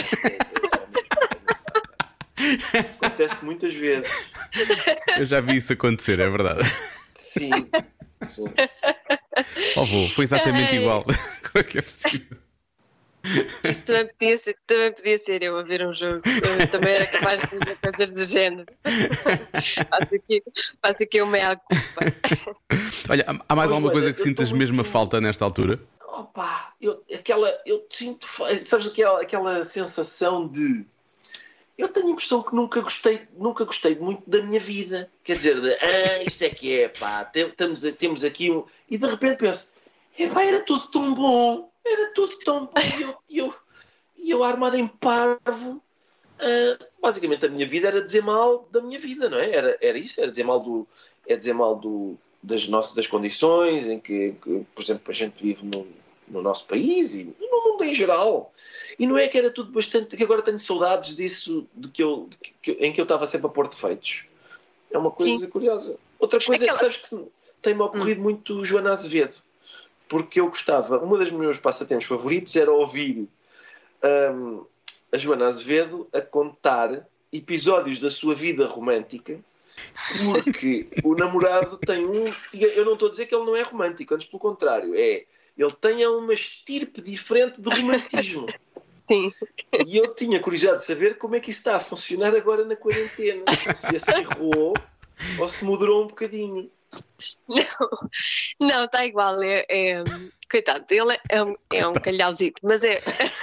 Acontece muitas vezes. Eu já vi isso acontecer, é verdade. Sim. Sim. Oh, vô, foi exatamente igual. Como é que é possível? Isso também podia ser, também podia ser eu a ver um jogo. Eu também era capaz de dizer coisas do género. Faço aqui, faço aqui uma meia-culpa. Olha, há mais Pois, alguma olha, coisa que eu sintas estou mesmo a muito- falta nesta altura? Opa, eu, aquela, eu sinto, sabes, aquela, aquela sensação de... Eu tenho a impressão que nunca gostei, nunca gostei muito da minha vida. Quer dizer, de, ah, isto é que é, pá, tem- temos, temos aqui um... E de repente penso, epá, era tudo tão bom, era tudo tão bom, e eu, e eu, e eu armado em parvo, ah, basicamente a minha vida era dizer mal da minha vida, não é? Era, era isso, era dizer mal, do, é dizer mal do, das, nossas, das condições em que, que, por exemplo, a gente vive no, no nosso país e no mundo em geral. E não é que era tudo bastante... que agora tenho saudades disso de que eu, de que, em que eu estava sempre a pôr defeitos. É uma coisa Sim. curiosa. Outra coisa Aquela... é que, sabes, tem-me ocorrido hum. muito Joana Azevedo. Porque eu gostava... Um dos meus passatempos favoritos era ouvir um, a Joana Azevedo a contar episódios da sua vida romântica, porque o namorado tem um... Eu não estou a dizer que ele não é romântico, antes pelo contrário. É... Ele tem uma estirpe diferente de romantismo. Sim. E eu tinha curiosidade de saber como é que isso está a funcionar agora na quarentena. Se acirrou ou se moderou um bocadinho. Não, não, está igual. É, é, coitado, ele é um, é um calhauzito, mas é.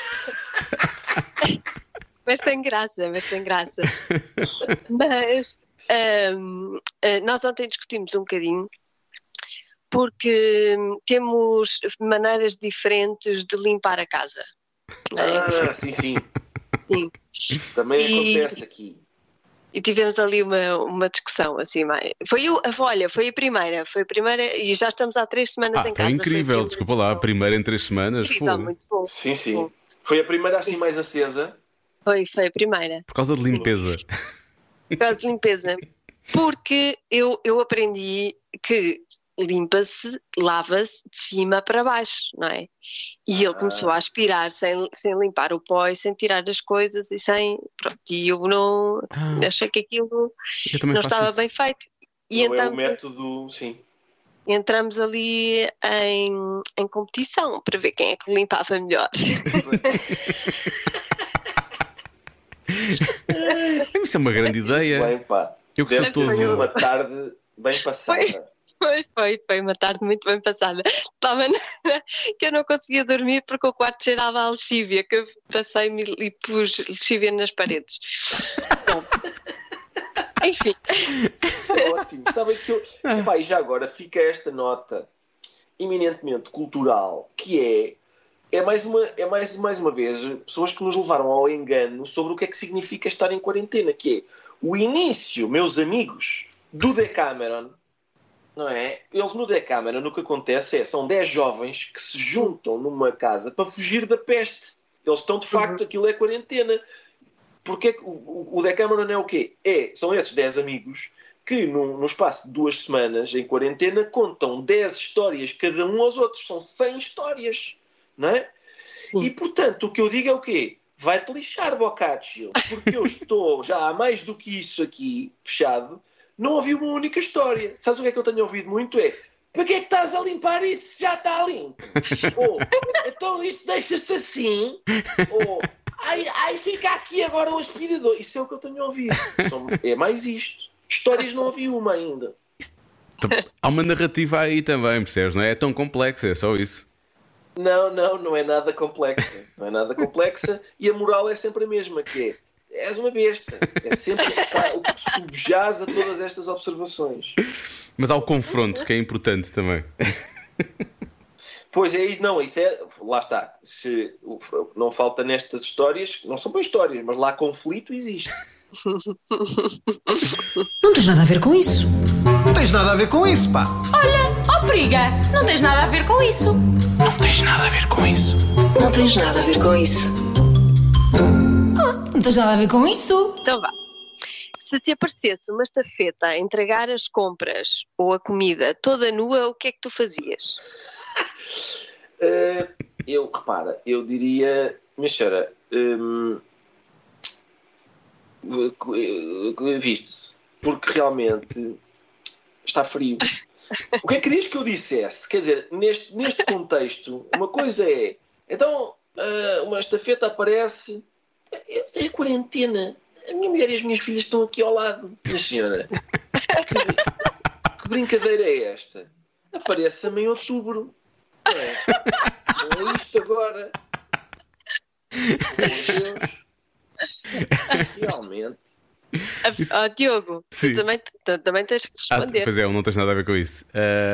Mas tem graça, mas tem graça. Mas um, nós ontem discutimos um bocadinho, porque temos maneiras diferentes de limpar a casa. Não é? Ah, sim, sim. Sim. Também E... acontece aqui. E tivemos ali uma, uma discussão assim, mais. Foi o, olha, foi a primeira, foi a primeira e já estamos há três semanas ah, em tá casa. incrível, desculpa lá, a primeira em três semanas. Incrível, muito bom. Sim, sim. Bom. Foi a primeira assim mais acesa. Foi, foi a primeira. Por causa de limpeza. Sim. Por causa de limpeza. Porque eu, eu aprendi que limpa-se, lava-se de cima para baixo, não é? E ele começou a aspirar sem, sem limpar o pó e sem tirar as coisas e sem... Pronto, e eu não... Ah, achei que aquilo não estava isso. bem feito. E não entramos, é o método, sim. Entramos ali em, em competição para ver quem é que limpava melhor. Isso é uma grande ideia. Bem, pá. Eu que sou todo... uma tarde bem passada. Foi. Foi, foi, foi uma tarde muito bem passada. Estava na, que eu não conseguia dormir porque o quarto cheirava a lexívia, que eu passei-me e pus lexívia nas paredes. Bom, enfim. Ótimo. Sabem que eu... Epá, e já agora fica esta nota. eminentemente cultural, que é é mais uma é mais mais uma vez pessoas que nos levaram ao engano sobre o que é que significa estar em quarentena, que é o início, meus amigos, do Decameron, não é? Eles no Decameron, o que acontece é, são dez jovens que se juntam numa casa para fugir da peste. Eles estão, de facto, uhum. aquilo é quarentena. Porque o, o Decameron é o quê? É, são esses dez amigos que, no, no espaço de duas semanas, em quarentena, contam dez histórias cada um aos outros. São cem histórias, não é? Uhum. E, portanto, o que eu digo é o quê? Vai-te lixar, Boccaccio, porque eu estou já há mais do que isso aqui, fechado, não ouvi uma única história. Sabes o que é que eu tenho ouvido muito? É, para que é que estás a limpar isso se já está limpo? Ou, então isso deixa-se assim? Ou, ai, ai, fica aqui agora o aspirador. Isso é o que eu tenho ouvido. É mais isto. Histórias não ouvi uma ainda. Há uma narrativa aí também, percebes? Não é? É tão complexa, é só isso. Não, não, não é nada complexa. Não é nada complexa e a moral é sempre a mesma, que é, és uma besta. É sempre o que subjaz a todas estas observações. Mas há o confronto, que é importante também. Pois é, isso não, isso é, lá está. Se, não falta nestas histórias, não são bem histórias, mas lá conflito existe. Não tens nada a ver com isso. Não tens nada a ver com isso, pá. Olha, ó periga, não tens nada a ver com isso. Não tens nada a ver com isso. Não tens nada a ver com isso. Não tens nada a ver com isso. Então vá. Se te aparecesse uma estafeta a entregar as compras ou a comida toda nua, o que é que tu fazias? uh, eu, repara, eu diria, minha senhora, um, viste-se, porque realmente está frio. O que é que querias que eu dissesse? Quer dizer, neste, neste contexto, uma coisa é, então, uh, uma estafeta aparece, é, é quarentena. A minha mulher e as minhas filhas estão aqui ao lado. Minha senhora, que, que brincadeira é esta? Aparece-me em outubro. Não é? Não é isto agora. Meu Deus. Realmente. Isso... Oh, Diogo, tu também, tu também tens que responder. Ah, pois é, não tens nada a ver com isso.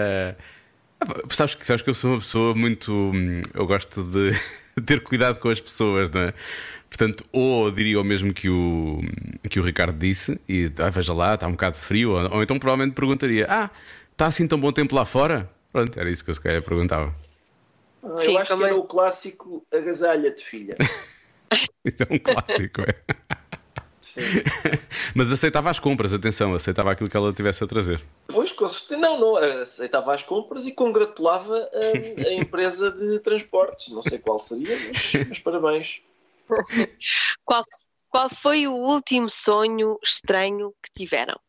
Uh... Sabes que, sabes que eu sou uma pessoa muito. Eu gosto de ter cuidado com as pessoas, não é? Portanto, ou diria o mesmo que o, que o Ricardo disse, e ah, veja lá, está um bocado frio, ou, ou então provavelmente perguntaria: ah, está assim tão bom tempo lá fora? Pronto, era isso que eu se calhar perguntava. Ah, eu Sim, acho que era é... o clássico agasalha-te, filha. Isso é um clássico, é. Sim. Mas aceitava as compras, atenção, aceitava aquilo que ela tivesse a trazer. Pois, com certeza, não, não, aceitava as compras e congratulava a, a empresa de transportes. Não sei qual seria, mas, mas parabéns. Qual, qual foi o último sonho estranho que tiveram?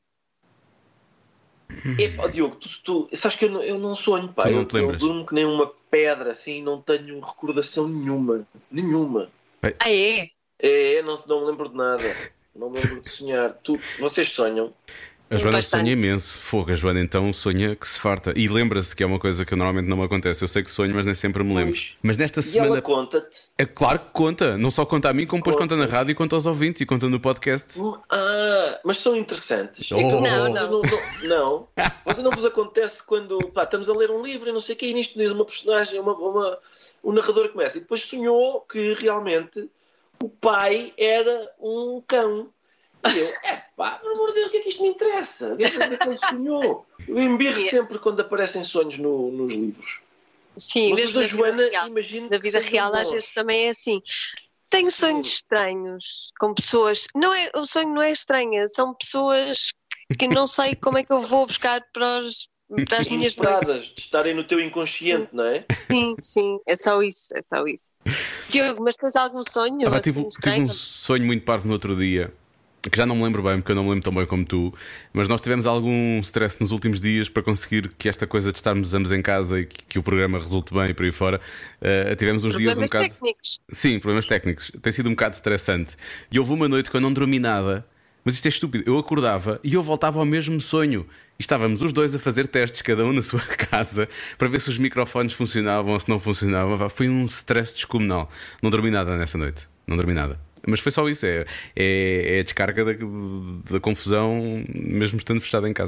É, oh, Diogo, tu, tu sabes que eu não, eu não sonho, pá. Tu não eu, te lembras? Eu durmo que nem uma pedra, assim, não tenho recordação nenhuma. Nenhuma. Ah, é? É, não, não me lembro de nada. Não me lembro de sonhar. Tu, vocês sonham? A Joana Bastante. sonha imenso. Fogo, a Joana então sonha que se farta. E lembra-se que é uma coisa que normalmente não me acontece. Eu sei que sonho, mas nem sempre me lembro. Pois. Mas nesta E semana. ela conta-te? É claro que conta. Não só conta a mim, como depois Conta. conta na rádio e conta aos ouvintes e conta no podcast. Ah, mas são interessantes. Oh. É que Não, vocês não. não, não, não. Vocês não vos acontece quando pá, estamos a ler um livro e não sei o quê, e nisto diz uma personagem, uma, uma, o narrador começa e depois sonhou que realmente o pai era um cão. E eu, é pá, pelo amor de Deus, o que é que isto me interessa? O que é que, o que, é que ele sonhou? Eu embirro sempre quando aparecem sonhos no, nos livros. Sim, Mas os mesmo da na Joana, vida real. imagino Na que vida sejam real, bons. às vezes também é assim. Tenho Sim. sonhos estranhos com pessoas. Não é, o sonho não é estranho, são pessoas que não sei como é que eu vou buscar para, os, para as minhas noites. Inesperadas, de estarem no teu inconsciente, não é? Sim, sim, é só isso, é só isso. Diogo, mas tens algum sonho? Ah, pá, assim, tive, tive estranho? um sonho muito parvo no outro dia, que já não me lembro bem, porque eu não me lembro tão bem como tu. Mas nós tivemos algum stress nos últimos dias para conseguir que esta coisa de estarmos ambos em casa e que, que o programa resulte bem e por aí fora. Uh, tivemos uns dias um Problemas bocado. técnicos. Sim, problemas técnicos. Tem sido um bocado estressante. E houve uma noite que eu não dormi nada. Mas isto é estúpido. Eu acordava e eu voltava ao mesmo sonho. E estávamos os dois a fazer testes, cada um na sua casa, para ver se os microfones funcionavam ou se não funcionavam. Foi um stress descomunal. Não dormi nada nessa noite. Não dormi nada. Mas foi só isso. É, é, é a descarga da, da confusão, mesmo estando fechado em casa.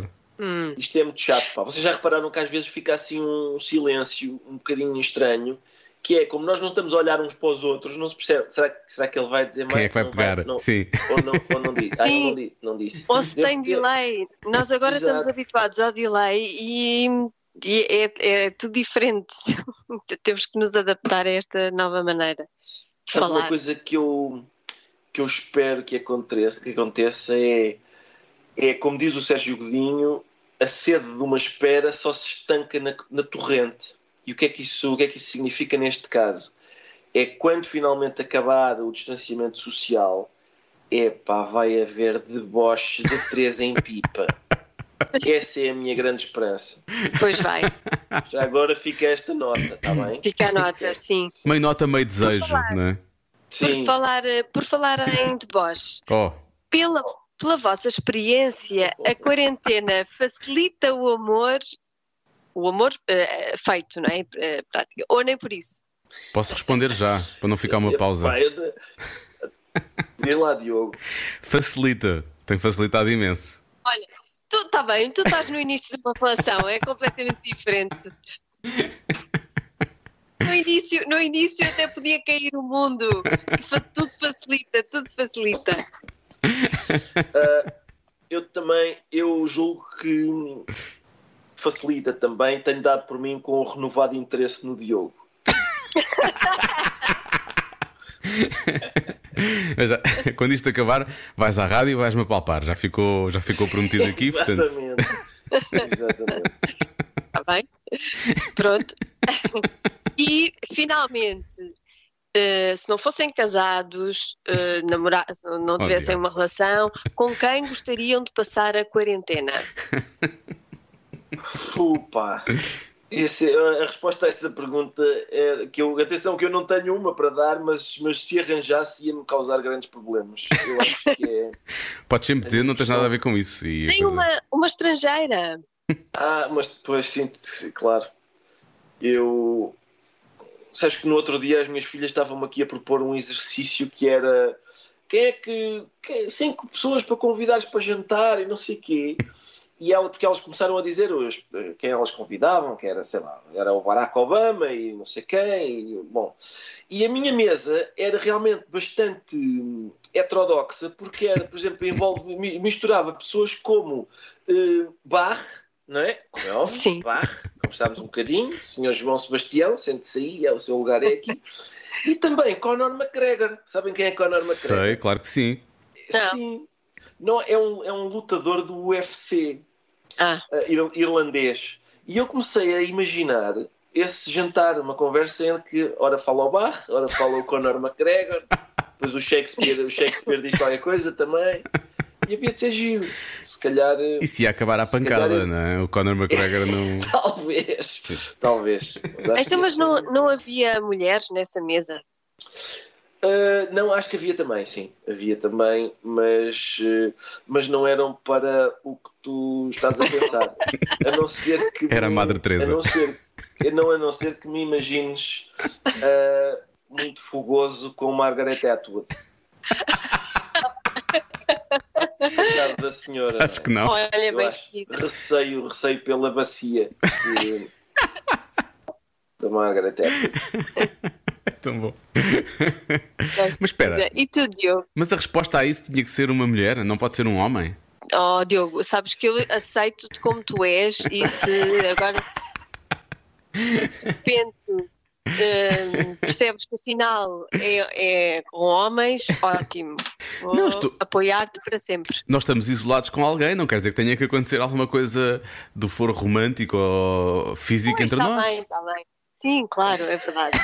Hum. Isto é muito chato, pá. Vocês já repararam que às vezes fica assim um silêncio um bocadinho estranho, que é como nós não estamos a olhar uns para os outros, não se percebe. Será que, será que ele vai dizer mais? Quem é que vai não pegar? Não, Sim. Ou não, ou não disse. Ah, Sim. não, disse, não disse. Ou se tem Deve ter- delay. Nós agora Exato. estamos habituados ao delay e, e é, é tudo diferente. Temos que nos adaptar a esta nova maneira de Sabes, falar. uma coisa que eu, que eu espero que aconteça, que aconteça é, é, como diz o Sérgio Godinho, a sede de uma espera só se estanca na, na torrente. E o que, é que isso, o que é que isso significa neste caso? É quando finalmente acabar o distanciamento social, epá, vai haver deboche de três em pipa. Essa é a minha grande esperança. Pois vai. Já agora fica esta nota, está bem? Fica a nota, sim. Meio nota, meio desejo, falar. não é? Por falar, eh, por falar em deboche, Oh, pela, pela vossa experiência, a quarentena facilita o amor, o amor eh, feito, não é? Eh, prática. Ou nem por isso? posso responder já, para não ficar uma pausa. Epá, eu- Diz lá, Diogo. Facilita, tem facilitado imenso. Olha, tu está bem, tu estás no início de uma relação, é completamente diferente. No início, no início até podia cair o mundo, que fa- tudo facilita, tudo facilita. Eu também, eu julgo que facilita também. Tenho dado por mim com um renovado interesse no Diogo. Mas já- quando isto acabar, vais à rádio e vais-me apalpar. Já ficou, já ficou prometido aqui, portanto. Exatamente. Exatamente. Está bem? Pronto. E, finalmente, eh, se não fossem casados, eh, namora- se não, não tivessem diabo. uma relação, com quem gostariam de passar a quarentena? Opa. Esse, a resposta a essa pergunta é que eu, atenção, que eu não tenho uma para dar, mas, mas se arranjasse ia-me causar grandes problemas. Eu acho que é. Podes sempre dizer, não tens nada a ver com isso. E a Nem coisa- uma, uma estrangeira. Ah, mas depois sim, sim, claro. Eu. Sabes que no outro dia as minhas filhas estavam-me aqui a propor um exercício que era quem é que. Quem, cinco pessoas para convidares para jantar e não sei o quê. E ela, porque elas começaram a dizer os, quem elas convidavam, que era, sei lá, era o Barack Obama e não sei quem. E, bom. E a minha mesa era realmente bastante heterodoxa, porque era, por exemplo, envolve, mi- misturava pessoas como eh, Bach, não é? Como é óbvio, Sim. Bach, conversámos um bocadinho, senhor João Sebastião, sente-se aí, é o seu lugar, é aqui. E também Conor McGregor. Sabem quem é Conor McGregor? Sei, claro que sim. Não. Sim. Não, é um, é um lutador do U F C. Ah, Uh, ir- irlandês. E eu comecei a imaginar esse jantar, uma conversa em que ora fala o Barre, ora fala o Conor McGregor, depois o Shakespeare, o Shakespeare diz qualquer coisa também, e havia de ser giro. Se calhar, uh, Isso ia acabar à Se calhar pancada, eu- não é? O Conor McGregor não. talvez, talvez. Mas acho então, que mas ia não, ser- não havia mulheres nessa mesa? Uh, não, acho que havia também, sim. Havia também, mas, uh, mas não eram para o que tu estás a pensar. A não ser que. Era a me- Madre Teresa. A não ser, a não, a não ser que me imagines uh, muito fogoso com Margaret Atwood. Coitada da senhora. Acho que não. Olha, Eu bem acho- escolhida. receio, receio pela bacia de- da Margaret Atwood. Tão bom. Mas espera, E tu, Diogo? mas a resposta a isso tinha que ser uma mulher, não pode ser um homem? Oh, Diogo, sabes que eu aceito-te como tu és e se agora se de repente hum, percebes que afinal é, é com homens, ótimo. Vou Não, estou- apoiar-te para sempre. Nós estamos isolados com alguém, não quer dizer que tenha que acontecer alguma coisa do foro romântico ou físico Pois, entre está nós. bem, está bem. Sim, claro, é verdade.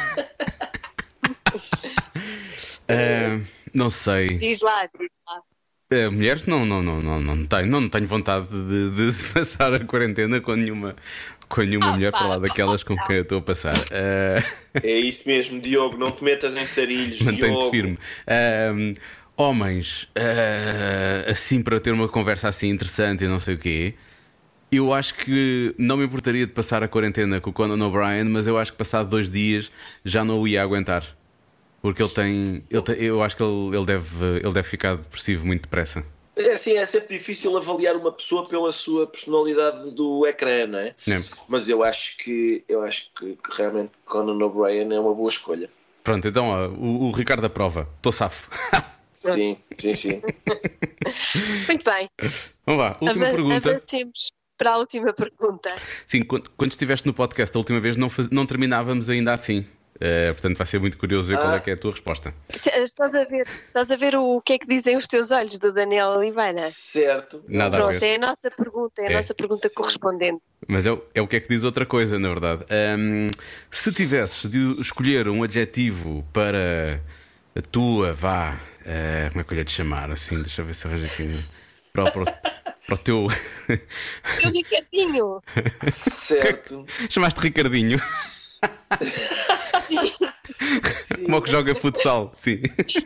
Ah, não sei. Diz lá, diz lá. Ah, mulheres não, não, não, não, não tenho, não tenho vontade de, de passar a quarentena com nenhuma, com nenhuma Ah, mulher pá. para lá daquelas com quem eu estou a passar. Ah, É isso mesmo, Diogo, não te metas em sarilhos. Mantenho-te Diogo. firme. Ahm, homens, ah, assim para ter uma conversa assim interessante e não sei o quê, eu acho que não me importaria de passar a quarentena com o Conan O'Brien, mas eu acho que passado dois dias já não o ia aguentar. Porque ele tem. Ele tem- eu acho que ele, ele, deve, ele deve ficar depressivo muito depressa. É assim, é sempre difícil avaliar uma pessoa pela sua personalidade do ecrã, não é? É. Mas eu acho que eu acho que, que realmente Conan O'Brien é uma boa escolha. Pronto, então ó, o, o Ricardo aprova. Estou safo. Sim, sim, sim. Muito bem. Vamos lá, última Ava- pergunta. Avancemos para a última pergunta. Sim, quando, quando estiveste no podcast a última vez não, faz- não terminávamos ainda assim. Eh, portanto, vai ser muito curioso ver Ah. qual é que é a tua resposta. Se- Estás a ver, estás a ver o que é que dizem os teus olhos do Daniel Oliveira? Certo. Nada a Pronto, ver. é a nossa pergunta, é a É. nossa pergunta correspondente. Mas é, o- é o que é que diz outra coisa, na verdade. Ahm, se tivesses de escolher um adjetivo para a tua, vá, eh, como é que eu ia te chamar? Assim, deixa eu ver se arranjo aqui. Para, o- para, o- para o teu. Eu Ricardinho! Certo. Chamaste Ricardinho, como o que joga futsal, sim.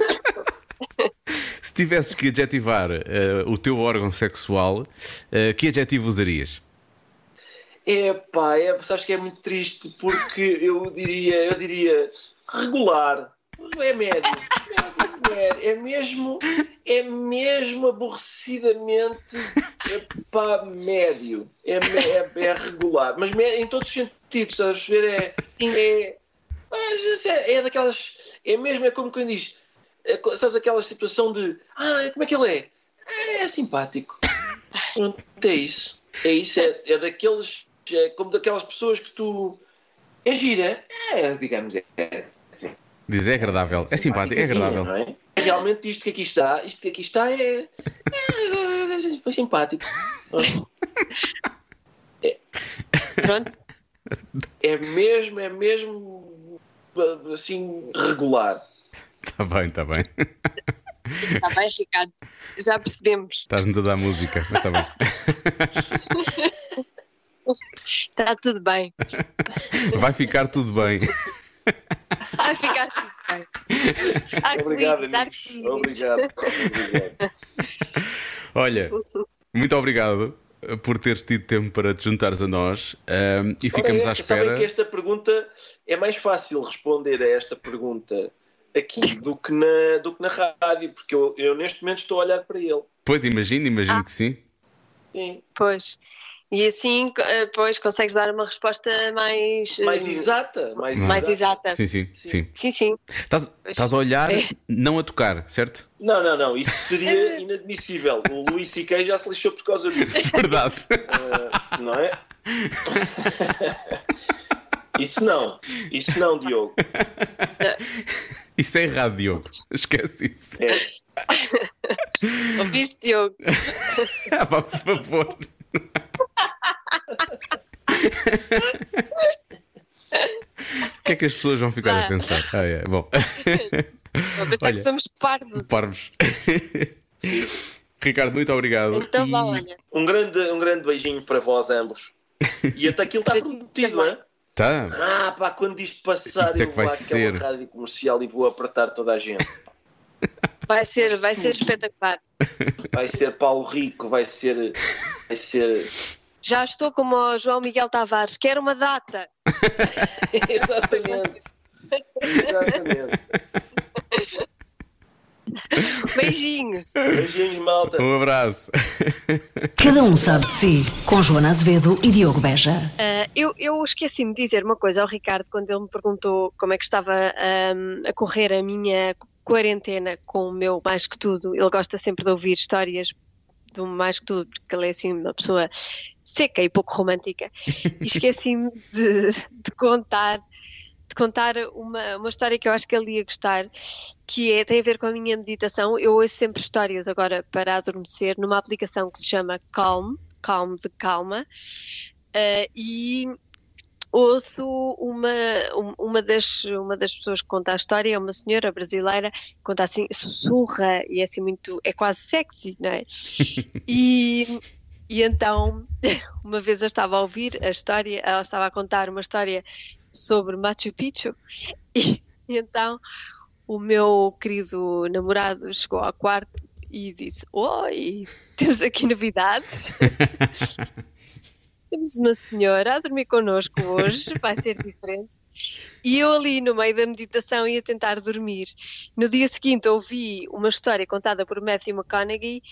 Se tivesses que adjetivar eh, o teu órgão sexual, eh, que adjetivo usarias? É pá, é, sabes que é muito triste porque eu diria, eu diria regular. É médio. É, médio. É mesmo, é mesmo aborrecidamente é pá, médio. É, me- é, é regular. Mas me- em todos os sentidos, estás a perceber? É, é, mas, é, é daquelas. É mesmo, é como quem diz. É, sabes aquela situação de ah, como é que ele é? É, simpático. Pronto, é isso. É isso, é, é daqueles. É como daquelas pessoas que tu. É gira. É, digamos, é. Assim, Diz é agradável, é simpático, é agradável. não é? Realmente isto que aqui está, isto que aqui está é. É, é, é simpático. É, Pronto, é mesmo, é mesmo assim regular. Está bem, está bem. está bem, Ricardo. Já percebemos. Estás-nos a dar música, mas está bem. Está tudo bem. Vai ficar tudo bem. Vai ficar tudo bem. Obrigado, Arco-íris, amigos. arco-íris. Obrigado. Obrigado. Olha, muito obrigado por teres tido tempo para te juntares a nós, ahm, e ficamos Ora, à essa, sabem espera. que esta pergunta é mais fácil responder a esta pergunta aqui do que na, do que na rádio, porque eu, eu neste momento estou a olhar para ele. Pois, imagino, imagino Ah. que sim. Sim. Pois. E assim, eh, pois, consegues dar uma resposta mais. eh, Mais exata. Mais, mais exata. Sim, sim, sim. Sim, sim. Estás, estás a olhar, É. não a tocar, certo? Não, não, não. Isso seria inadmissível. O Luís C K já se lixou por causa disso. Verdade. Ah, não é? Isso não. Isso não, Diogo. Isso é errado, Diogo. Esquece isso. É. Ouviste, Diogo? Ah, pá, por favor. O que é que as pessoas vão ficar a Vá. pensar? Ah, é. Bom, Vou pensar Olha. que somos parvos. parvos. Ricardo, muito obrigado. Então vá, E- olha. Um grande, um grande beijinho para vós ambos. E até aquilo está Para ti prometido, também. não é? Tá. Ah, pá, quando isto passar, Isto é eu que vou vai àquela ser. rádio comercial e vou apertar toda a gente. Vai ser, vai ser espetacular. Vai ser Paulo Rico, vai ser. Vai ser. Já estou como o João Miguel Tavares. Quero uma data. Exatamente. Exatamente. Beijinhos. Beijinhos, malta. Um abraço. Cada um sabe de si, com Joana Azevedo e Diogo Beja. Ah, eu eu esqueci-me de dizer uma coisa ao Ricardo quando ele me perguntou como é que estava ahm, a correr a minha quarentena com o meu Mais Que Tudo. Ele gosta sempre de ouvir histórias do Mais Que Tudo, porque ele é assim uma pessoa seca e pouco romântica. E esqueci-me de, de contar de contar uma, uma história que eu acho que ele ia gostar, que é, tem a ver com a minha meditação. Eu ouço sempre histórias agora para adormecer numa aplicação que se chama Calm, Calm de Calma, uh, e ouço uma, um- uma, das, uma das pessoas que conta a história, é uma senhora brasileira, que conta assim, sussurra, e é assim muito, é quase sexy, não é? E... E então, uma vez eu estava a ouvir a história, ela estava a contar uma história sobre Machu Picchu, e, e então o meu querido namorado chegou ao quarto e disse: Oi, temos aqui novidades. Temos uma senhora a dormir connosco hoje, vai ser diferente. E eu ali no meio da meditação ia tentar dormir. No dia seguinte ouvi uma história contada por Matthew McConaughey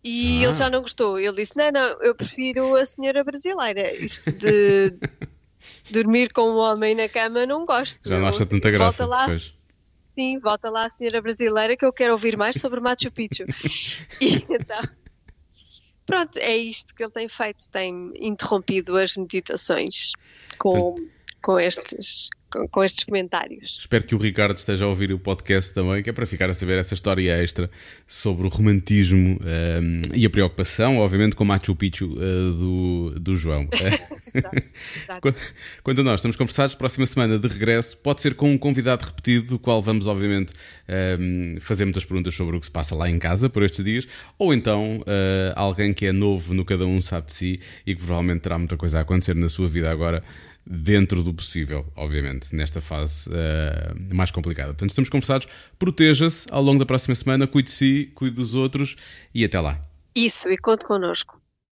E Ah. ele já não gostou. Ele disse: não, não, eu prefiro a senhora brasileira. Isto de dormir com um homem na cama não gosto. Já não Eu- acha tanta graça. Volta lá, Pois. sim, volta lá a senhora brasileira que eu quero ouvir mais sobre Machu Picchu. E então, pronto, é isto que ele tem feito. Tem interrompido as meditações com, com, estes, com, com estes comentários. Espero que o Ricardo esteja a ouvir o podcast também, que é para ficar a saber essa história extra sobre o romantismo um, e a preocupação, obviamente, com Machu Picchu uh, do, do João. Exato, exato. Qu- Quanto a nós, estamos conversados, próxima semana de regresso, pode ser com um convidado repetido, do qual vamos, obviamente, um, fazer muitas perguntas sobre o que se passa lá em casa por estes dias, ou então uh, alguém que é novo no Cada Um Sabe de Si e que provavelmente terá muita coisa a acontecer na sua vida agora, dentro do possível, obviamente, nesta fase uh, mais complicada. Portanto, estamos conversados, proteja-se ao longo da próxima semana, cuide de si, cuide dos outros e até lá. Isso, e conte connosco.